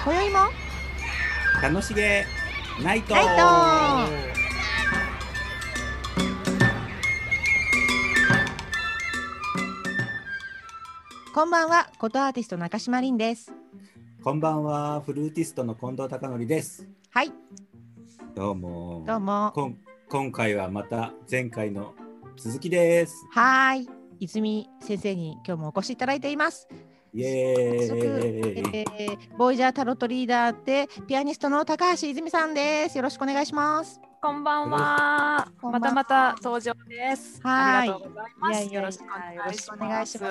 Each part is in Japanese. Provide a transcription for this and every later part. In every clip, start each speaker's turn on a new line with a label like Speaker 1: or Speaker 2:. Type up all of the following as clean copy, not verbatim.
Speaker 1: 今宵も
Speaker 2: 楽しげナイト。
Speaker 1: こんばんは、ことアーティスト中島凛です。
Speaker 2: こんばんは、フルーティストの近藤貴則です。
Speaker 1: はい、
Speaker 2: どうも。
Speaker 1: どうも。
Speaker 2: 今回はまた前回の続きです。
Speaker 1: はい、泉先生に今日もお越しいただいています。
Speaker 2: イエーイ。
Speaker 1: ボイジャータロットリーダーでピアニストの高橋泉さんです。よろしくお願いします。
Speaker 3: こんばんは。またまた登場です。ありがとうございます。よろしくお願いします。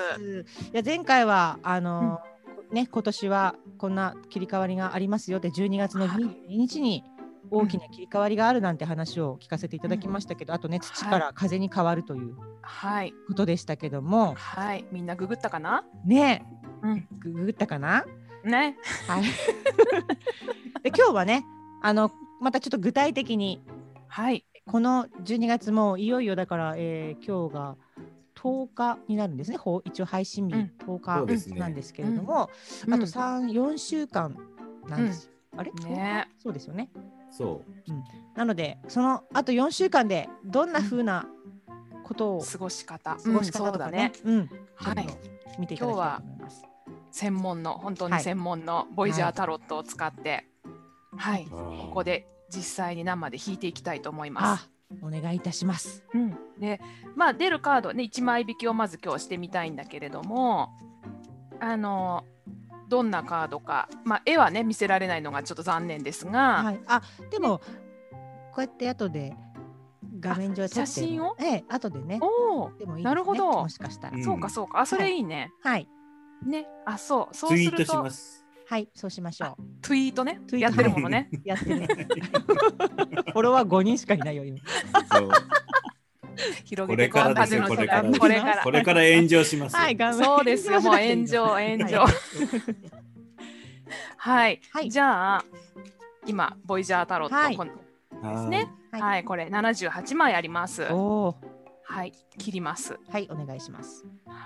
Speaker 1: いや前回はね、今年はこんな切り替わりがありますよって12月の22日に大きな切り替わりがあるなんて話を聞かせていただきましたけど、あとね、土から風に変わるということでしたけども、
Speaker 3: はい、みんなググったかな
Speaker 1: ね、ググったかな
Speaker 3: ね。
Speaker 1: はいで今日はね、またちょっと具体的に、
Speaker 3: はい、
Speaker 1: この12月もいよいよだから、今日が10日になるんですね。一応配信日10日なんですけれども、あと4週間なんですよ。あれ、
Speaker 3: ね、
Speaker 1: そうですよね。
Speaker 2: そう、
Speaker 1: なのでそのあと4週間でどんな風なことを、
Speaker 3: 過ごし方
Speaker 1: とかね、
Speaker 3: はい、
Speaker 1: 見ていただきたいと思います。
Speaker 3: 専門の、本当に専門のボイジャータロットを使って、はい、ここで実際に生で弾いていきたいと思います。
Speaker 1: お願いいたします。
Speaker 3: で、出るカードね、1枚引きをまず今日してみたいんだけれども、どんなカードか、絵はね見せられないのがちょっと残念ですが、
Speaker 1: でも、こうやって後で画面上で撮って
Speaker 3: 写真を
Speaker 1: 後でね、
Speaker 3: でもいいですね。なるほど、
Speaker 1: もしかしたら、
Speaker 3: そうか、それいいね。
Speaker 1: はい
Speaker 3: ね、そうすると
Speaker 2: ツイートします。
Speaker 1: はい、そうしましょう。
Speaker 3: ツイートね、やってるものね。
Speaker 1: やってる。フォロワー5人しかいないよ今。
Speaker 3: 広げてこれ
Speaker 2: から炎上します。
Speaker 1: はい、
Speaker 3: そうですよ、もう炎上。はい、じゃあ今ボイジャータロットですね。はい、これ78枚あります。はい、切ります。
Speaker 1: はい、お願いします。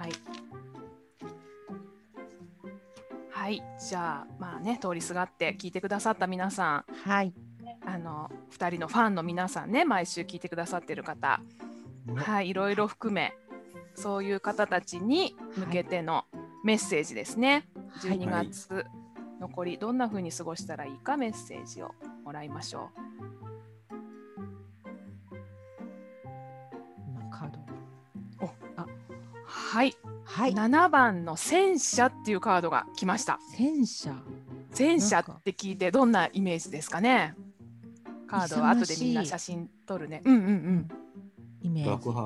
Speaker 3: はい、じゃあね、通りすがって聞いてくださった皆さん、
Speaker 1: はい、
Speaker 3: 2人のファンの皆さんね、毎週聞いてくださってる方、はい、いろいろ含めそういう方たちに向けてのメッセージですね。12月残りどんな風に過ごしたらいいかメッセージをもらいましょう。
Speaker 1: カード。
Speaker 3: はい、7番の戦車っていうカードが来ました。戦車って聞いてどんなイメージですかね。カードは後でみんな写真撮るね。
Speaker 1: イメージ。
Speaker 2: 爆破。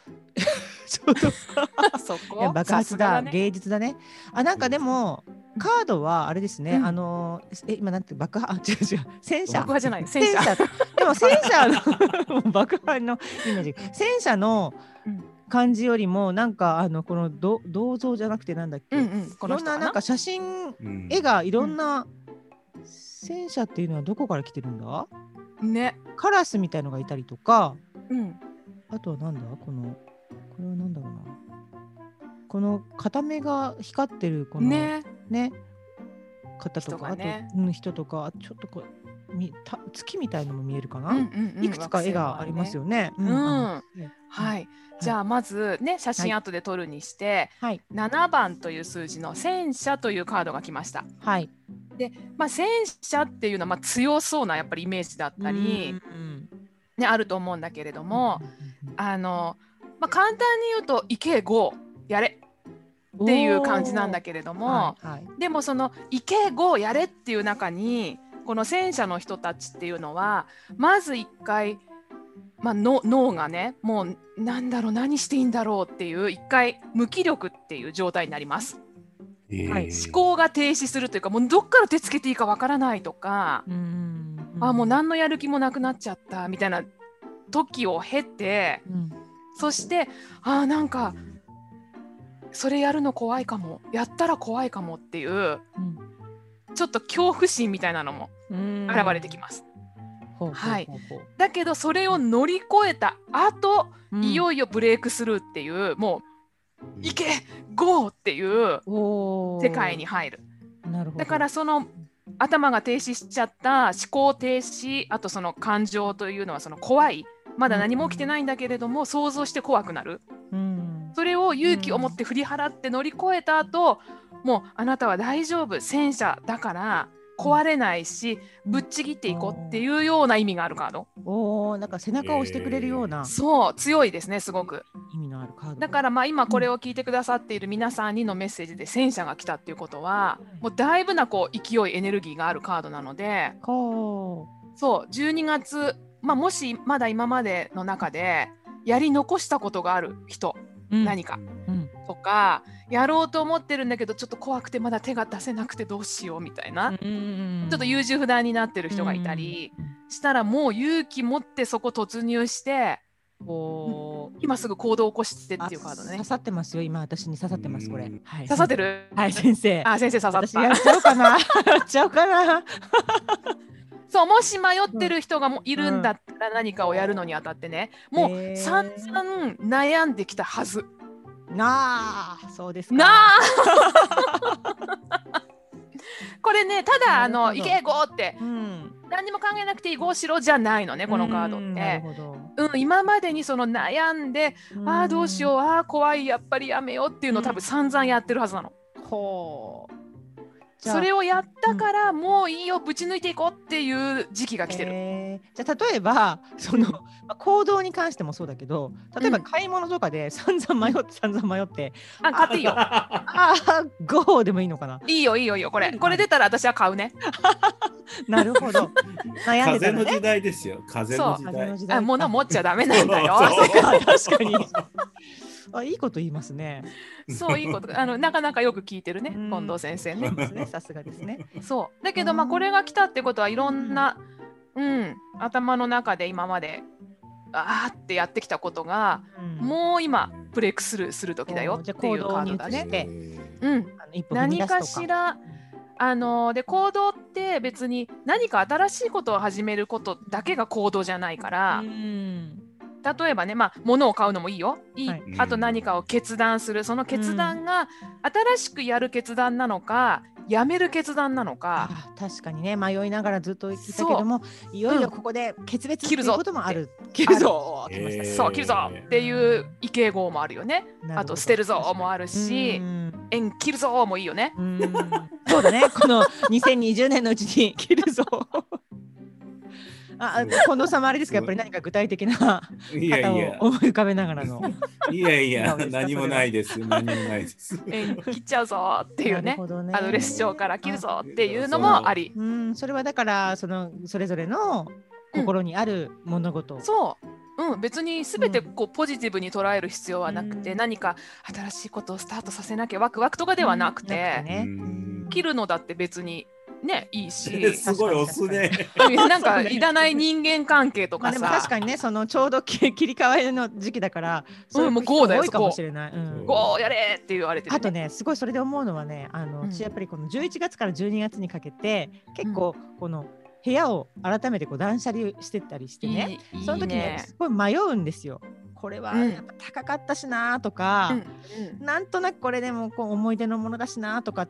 Speaker 3: そこ
Speaker 1: 爆発だ、芸術だね。なんかでもカードはあれですね。今なんて爆破、違う戦車。
Speaker 3: 爆破じゃない。戦車。
Speaker 1: でも戦車の爆破のイメージ。戦車の感じよりもなんかこの銅像じゃなくてなんだっけ。いろんななんか写真、絵がいろんな戦車っていうのはどこから来てるんだ？
Speaker 3: ね。
Speaker 1: カラスみたいのがいたりとか。あとはなんだこれはなんだろうな。この片目が光ってるこのね方とか、あと人とか、ちょっとこう月みたいのも見えるかな。いくつか絵がありますよね。
Speaker 3: はい。じゃあまずね、写真後で撮るにして、7番という数字の戦車というカードが来ました。で、戦車っていうのは強そうなやっぱりイメージだったりね、あると思うんだけれども、簡単に言うと行けゴーやれっていう感じなんだけれども、でもその行けゴーやれっていう中にこの戦車の人たちっていうのはまず一回、脳がね、もう何していいんだろうっていう一回無気力っていう状態になります。思考が停止するというか、もうどっから手つけていいかわからないとか、もう何のやる気もなくなっちゃったみたいな時を経て、そしてなんかそれやるの怖いかも、やったら怖いかもっていう、ちょっと恐怖心みたいなのも現れてきます。だけどそれを乗り越えた後、いよいよブレイクスルーっていう、もう行けゴーっていう世界に入る。だからその頭が停止しちゃった思考停止、あとその感情というのはその怖い、まだ何も起きてないんだけれども、想像して怖くなる、それを勇気を持って振り払って乗り越えた後、もうあなたは大丈夫、戦車だから壊れないし、ぶっちぎっていこうっていうような意味があるカード。
Speaker 1: おー、なんか背中を押してくれるような、
Speaker 3: そう強いですね、すごく
Speaker 1: 意味のあるカード。
Speaker 3: だからまあ今これを聞いてくださっている皆さんにのメッセージで戦車が来たっていうことは、もうだいぶなこう勢いエネルギーがあるカードなので、そう12月、もしまだ今までの中でやり残したことがある人、何か、とかやろうと思ってるんだけどちょっと怖くてまだ手が出せなくてどうしようみたいな、ちょっと優柔不断になってる人がいたりしたら、もう勇気持ってそこ突入して今すぐ行動を起こしてっていうカードね。
Speaker 1: 刺さってますよ、今私に刺さってますこれ、
Speaker 3: はい、刺さってる。
Speaker 1: はい先生。
Speaker 3: 先生刺さった。
Speaker 1: 私やっちゃおうかなやっちゃおうかな
Speaker 3: そう、もし迷ってる人がいるんだったら何かをやるのにあたってね、もう散々悩んできたはず。
Speaker 1: なあ、そうですか。
Speaker 3: なあこれね、ただ行けゴーって、何にも考えなくていいゴーしろじゃないのね、このカードって。今までにその悩んで、ああどうしよう、ああ怖い、やっぱりやめようっていうのを多分散々やってるはずなの。
Speaker 1: ほう。
Speaker 3: それをやったから、もういいよ、ぶち抜いていこうっていう時期が来てる。
Speaker 1: じゃあ例えばその、行動に関してもそうだけど、例えば買い物とかで散々迷って、
Speaker 3: 買っていいよ。
Speaker 1: ゴーでもいいのかな。
Speaker 3: いいよいいよいいよ、これ出たら私は買うね。
Speaker 1: なるほど。
Speaker 2: 悩んでたのね。風の時代ですよ。風の時代。
Speaker 3: 物持っちゃダメなんだよ。
Speaker 1: 確かに。いいこと言いますね。
Speaker 3: そう、いいことなかなかよく聞いてるね、近藤先生ね。
Speaker 1: さすがですね。
Speaker 3: そうだけどこれが来たってことはいろんな、頭の中で今までってやってきたことが、もう今ブレイクスルーする時だよっていうカードだね。何かしらで行動って別に何か新しいことを始めることだけが行動じゃないから、例えばね、物を買うのもいいよ。あと何かを決断する、その決断が新しくやる決断なのか、やめる決断なのか。
Speaker 1: 確かにね、迷いながらずっと聞いたけども、いよいよここで決別っていうこともある。切るぞ
Speaker 3: そう切るぞっていう意見語もあるよね。あと捨てるぞもあるし、縁切るぞもいいよね。
Speaker 1: そうだね、この2020年のうちに切るぞ。近藤さんもあれですか、やっぱり何か具体的な方を思い浮かべながらの。
Speaker 2: いや何もないです。何もないです。
Speaker 3: 切っちゃうぞっていうね、レッションから切るぞっていうのもあり。
Speaker 1: それはだからそれぞれの心にある物事。
Speaker 3: 別に全てポジティブに捉える必要はなくて、何か新しいことをスタートさせなきゃワクワクとかではなくて、切るのだって別にね、いいし、
Speaker 2: すごい押すね。
Speaker 3: なんかいらない人間関係とかさ。
Speaker 1: でも確かにね、そのちょうど切り替えの時期だから、そういう人多いかもしれない。
Speaker 3: ゴーやれって言われてる。
Speaker 1: あとね、すごいそれで思うのはね、私やっぱりこの11月から12月にかけて結構この部屋を改めて断捨離してたりしてね、その時ねすごい迷うんですよ。これはやっぱ高かったしなとか、なんとなくこれでも思い出のものだしなとかって、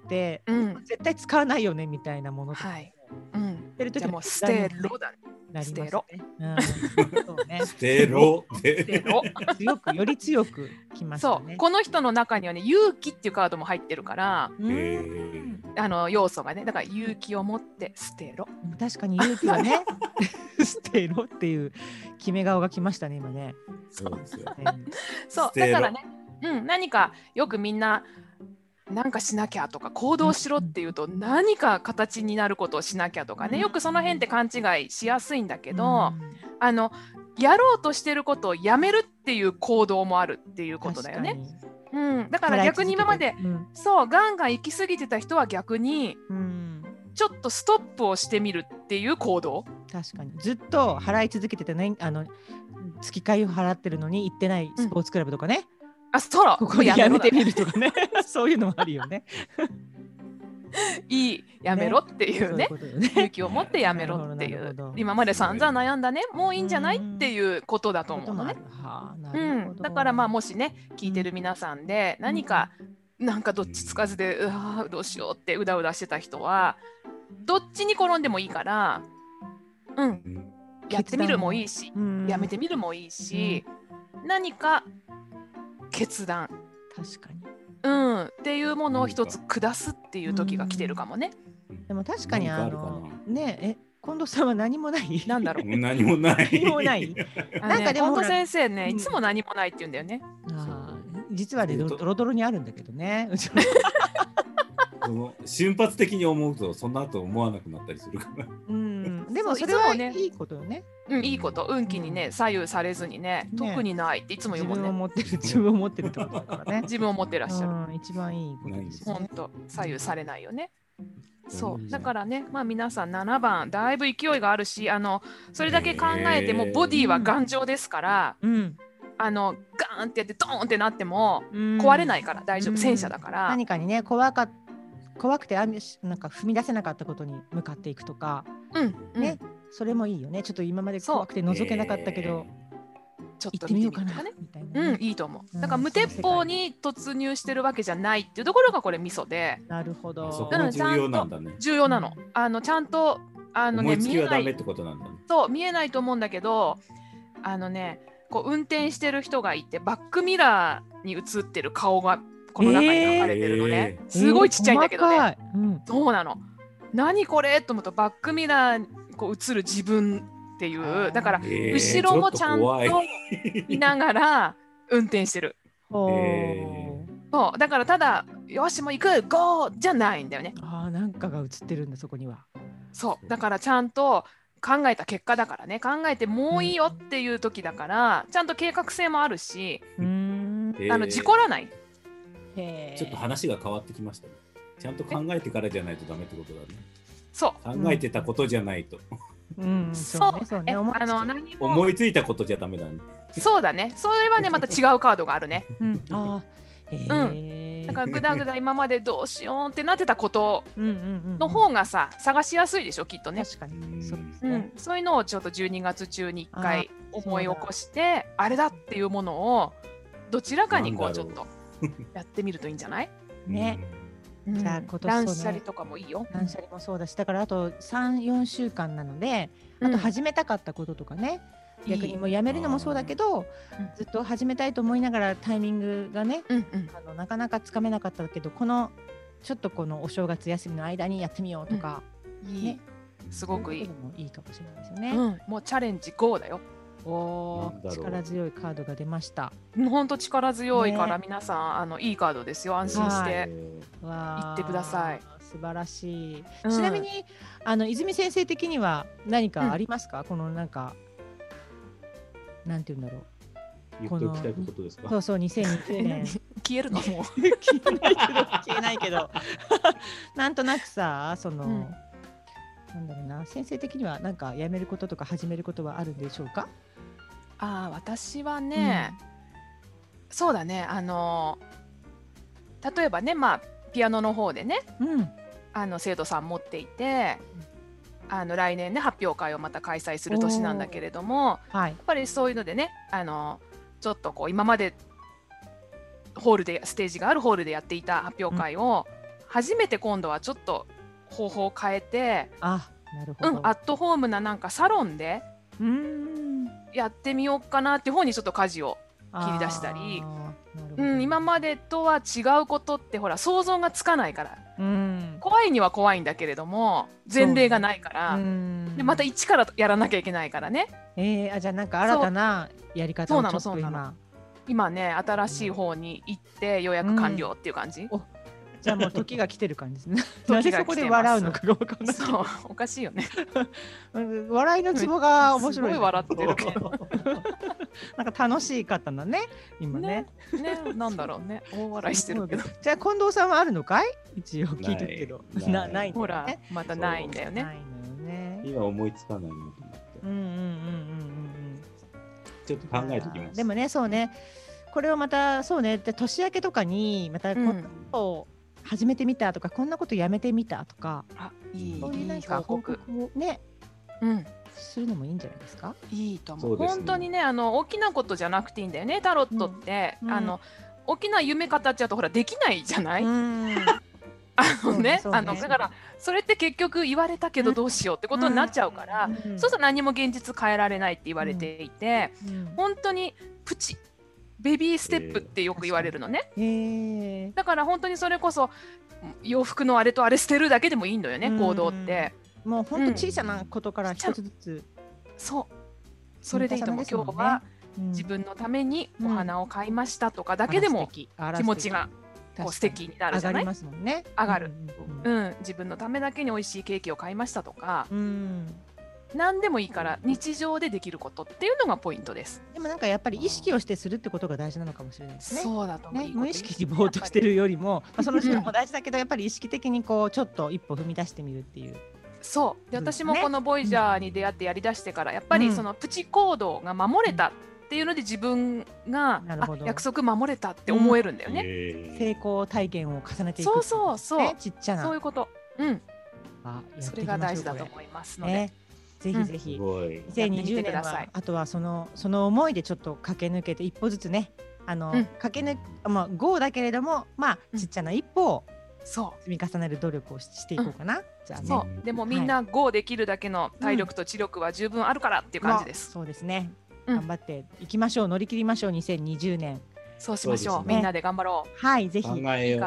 Speaker 1: 絶対使わないよねみたいなものとか、
Speaker 3: じゃあもう捨てろだね。捨てろ。
Speaker 2: 捨てろ。
Speaker 1: より強くきますね。
Speaker 3: そう、この人の中にはね、勇気っていうカードも入ってるから、要素がね、だから勇気を持って捨てろ。
Speaker 1: 確かに勇気はね、捨てろっていう決め顔がきましたね、今ね。
Speaker 2: そうですよ。
Speaker 3: そう、だからね、何かよくみんななんかしなきゃとか行動しろっていうと、何か形になることをしなきゃとかね、よくその辺って勘違いしやすいんだけど、やろうとしてることをやめるっていう行動もあるっていうことだよね。だから逆に今まで、そうガンガン行き過ぎてた人は逆に、ちょっとストップをしてみるっていう行動。
Speaker 1: 確かにずっと払い続けててね、月会を払ってるのに行ってないスポーツクラブとかね、ここでやめてみるとかねそういうのもあるよね
Speaker 3: いいやめろっていうね、勇気を持ってやめろっていう、今まで散々悩んだね、もういいんじゃないっていうことだと思うのね。だからもしね聞いてる皆さんで何かなんかどっちつかずでどうしようってうだうだしてた人は、 どっちに転んでもいいから、やってみるもいいし、やめてみるもいいし、何か決断、
Speaker 1: 確かに、
Speaker 3: っていうものを一つ下すっていう時が来てるかもね。
Speaker 1: でも確かにね、近藤さんは何もない。
Speaker 3: なんだろう。
Speaker 2: 何もない。
Speaker 1: 何もない。
Speaker 3: なんかでも近藤先生ね、いつも何もないって言うんだよね。
Speaker 1: 実はね、ドロドロにあるんだけどね。
Speaker 2: 瞬発的に思うとそんな後思わなくなったりするから。
Speaker 1: でもそれはいいことよね。
Speaker 3: いいこと。運気にね左右されずにね、特にないっていつも言うもんね。
Speaker 1: 自分を持ってるってことだからね。
Speaker 3: 自分を持ってらっしゃる。
Speaker 1: 一番いいことですね。
Speaker 3: 本当左右されないよね。そうだからね、皆さん7番だいぶ勢いがあるし、それだけ考えてもボディは頑丈ですから、ガーンってやってドーンってなっても壊れないから大丈夫、戦車だから。
Speaker 1: 何かにね、怖くてなんか踏み出せなかったことに向かっていくとか、ね、それもいいよね。ちょっと今まで怖くて覗けなかったけど、
Speaker 3: ちょっと見てみようかなみたいな。いいと思う。だから無鉄砲に突入してるわけじゃないっていうところがこれミソで。
Speaker 1: なるほど。
Speaker 2: そこが重要なんだね。
Speaker 3: 重要なの。ちゃんと
Speaker 2: 思いつきはダメってことなんだね。
Speaker 3: そう、見えないと思うんだけど、こう運転してる人がいてバックミラーに映ってる顔がこの中に描かれてるのね。すごいちっちゃいんだけどね。そうなの。何これと思うとバックミラーにこう映る自分っていう、だから後ろもちゃんと見ながら運転してる。そうだからただよしもう行くゴーじゃないんだよね。
Speaker 1: なんかが映ってるんだそこには。
Speaker 3: そうだからちゃんと考えた結果だからね、考えてもういいよっていう時だから、ちゃんと計画性もあるし、事故らない。
Speaker 2: ちょっと話が変わってきましたね。ちゃんと考えてからじゃないとダメってことだね。
Speaker 3: そう
Speaker 2: 考えてたことじゃないと。
Speaker 1: そうね。
Speaker 2: 思いついたことじゃダメだね。
Speaker 3: そうだね。それはねまた違うカードがあるね。だからぐだぐだ今までどうしようってなってたことの方がさ探しやすいでしょきっとね。
Speaker 1: 確かに。
Speaker 3: そういうのをちょっと12月中に1回思い起こしてあれだっていうものをどちらかにこうちょっとやってみるといいんじゃない
Speaker 1: ね。じゃあ今年
Speaker 3: 断捨離とかもいいよ。
Speaker 1: 断捨離もそうだし、だからあと3、4週間なので、あと始めたかったこととかね、逆にもうやめるのもそうだけど、ずっと始めたいと思いながらタイミングがね、なかなかつかめなかったけど、ちょっとこのお正月休みの間にやってみようとか、
Speaker 3: すごくいい。
Speaker 1: いいかもしれないですよね。
Speaker 3: もうチャレンジ GO だよ。
Speaker 1: 力強いカードが出ました。
Speaker 3: 本当力強いから皆さんいいカードですよ。安心して行ってください。
Speaker 1: 素晴らしい。ちなみに泉先生的には何かありますか？このなんかなんていうんだろう。
Speaker 2: 言っておきたいことですか？
Speaker 1: そう2020年
Speaker 3: 消えるのもう
Speaker 1: 消えないけどなんとなくさなんだろうな、先生的には何かやめることとか始めることはあるんでしょうか？
Speaker 3: 私はね、そうだね、例えばね、ピアノの方でね、生徒さん持っていて、来年ね発表会をまた開催する年なんだけれども、やっぱりそういうのでね、ちょっとこう今までステージがあるホールでやっていた発表会を、初めて今度はちょっと方法を変えて、
Speaker 1: なるほど、
Speaker 3: アットホームななんかサロンでやってみようかなっていう方にちょっと舵を切り出したり、今までとは違うことってほら想像がつかないから、怖いには怖いんだけれども前例がないから、でまた一からやらなきゃいけないからね。
Speaker 1: じゃあなんか新たなやり方をちょっと
Speaker 3: 今ね新しい方に行ってようやく完了っていう感じ。
Speaker 1: じゃあもう時が来てる感じですね。なぜそこで笑うのかが分かんない。
Speaker 3: そうおかしいよね。
Speaker 1: 笑いのツボが面白い。
Speaker 3: すごい笑ってるけど。
Speaker 1: なんか楽しかったんだね今ね。
Speaker 3: なんだろうね。大笑いしてるけど。
Speaker 1: じゃあ近藤さんはあるのかい？一応聞いてるけど。ない。
Speaker 3: ほらまたないんだよね。
Speaker 1: ないのよね。
Speaker 2: 今思いつかないなと思って。ちょっと考えておきます。
Speaker 1: でもね、そうね。これをまたそうね。年明けとかにまたこんなことを始めてみたとか、こんなことやめてみたとか、そういうなんか報告をね、するのもいいんじゃないですか？
Speaker 3: いいと思う。本当にね、大きなことじゃなくていいんだよね。タロットって大きな夢語っちゃうとほらできないじゃない？ だからそれって結局言われたけどどうしようってことになっちゃうから、そうすると何も現実変えられないって言われていて、本当にプチベビーステップってよく言われるのね。だから本当にそれこそ洋服のあれとあれ捨てるだけでもいいのよね、行動って。
Speaker 1: もう本当小さなことから一つずつ、
Speaker 3: そうそれでいいと思う。今日は自分のためにお花を買いましたとかだけでも気持ちがこう素敵になるじゃない。
Speaker 1: 上がりますもんね。
Speaker 3: 上がる。自分のためだけに美味しいケーキを買いましたとか、何でもいいから日常でできることっていうのがポイントです。
Speaker 1: でもなんかやっぱり意識をしてするってことが大事なのかもしれないですね。
Speaker 3: そうだと思う。
Speaker 1: 無意識にぼーっとしてるよりも、その人も大事だけど、やっぱり意識的にこうちょっと一歩踏み出してみるっていう。
Speaker 3: そうで、私もこのボイジャーに出会ってやりだしてからやっぱりそのプチ行動が守れたっていうので自分が約束守れたって思えるんだよね。
Speaker 1: 成功体験を重ねていく。
Speaker 3: そう
Speaker 1: ちっちゃな
Speaker 3: そういうこと。それが大事だと思いますので、
Speaker 1: ぜひぜひ2020年はあとはその思いでちょっと駆け抜けて一歩ずつね、GO だけれどもちっちゃな一歩を積み重ねる努力をしていこうかな。じゃあね。
Speaker 3: そうでもみんな GO できるだけの体力と知力は十分あるからっていう感じです。
Speaker 1: そうですね。頑張っていきましょう。乗り切りましょう。2020年。
Speaker 3: そうしましょう。みんなで頑張ろ
Speaker 1: う。はい、ぜひ
Speaker 2: 考えよ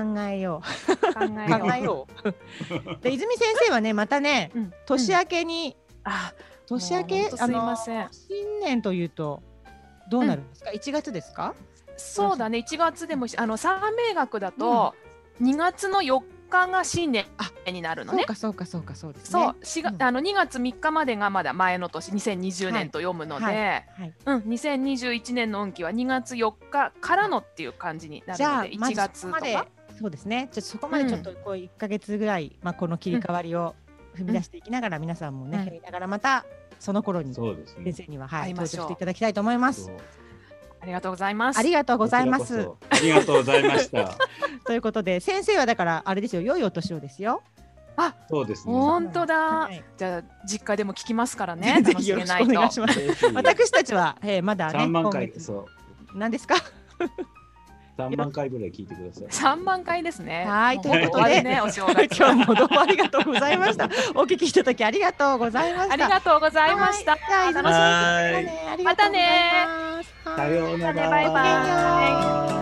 Speaker 1: う。で、泉先生はね、またね、年明けに年明け
Speaker 3: すいません。
Speaker 1: 新年というとどうなるんですか？1月ですか？
Speaker 3: そうだね、1月でも三名学だと2月の4日が新年になるのね。
Speaker 1: そうですね。
Speaker 3: そう2月3日までがまだ前の年2020年と読むので、2021年の運気は2月4日からのっていう感じになるので、1月とか。
Speaker 1: そうですね。そこまでちょっとこう1ヶ月ぐらいこの切り替わりを踏み出していきながら、皆さんもねやりながらまたその頃に先生には登場していただきたいと思います。
Speaker 3: ありがとうございます。
Speaker 1: ありがとうございます。
Speaker 2: ありがとうございました。
Speaker 1: ということで先生はだからあれですよ、良いお年をですよ。
Speaker 2: そうですね。
Speaker 3: 本当だ。じゃあ実家でも聞きますからね。楽しめないと。
Speaker 1: 私たちはまだね。
Speaker 2: 3万回
Speaker 1: 何ですか
Speaker 2: ？3万回ぐらい聞いてください。
Speaker 3: 3万回ですね。
Speaker 1: はい、ということで、
Speaker 3: お正月
Speaker 1: 今日もどうもありがとうございました。お聞きしたときありがとうございました。
Speaker 3: ありがとうございました。
Speaker 1: 楽しみにしてね。
Speaker 3: またね。
Speaker 2: さようなら。
Speaker 3: バイバイ。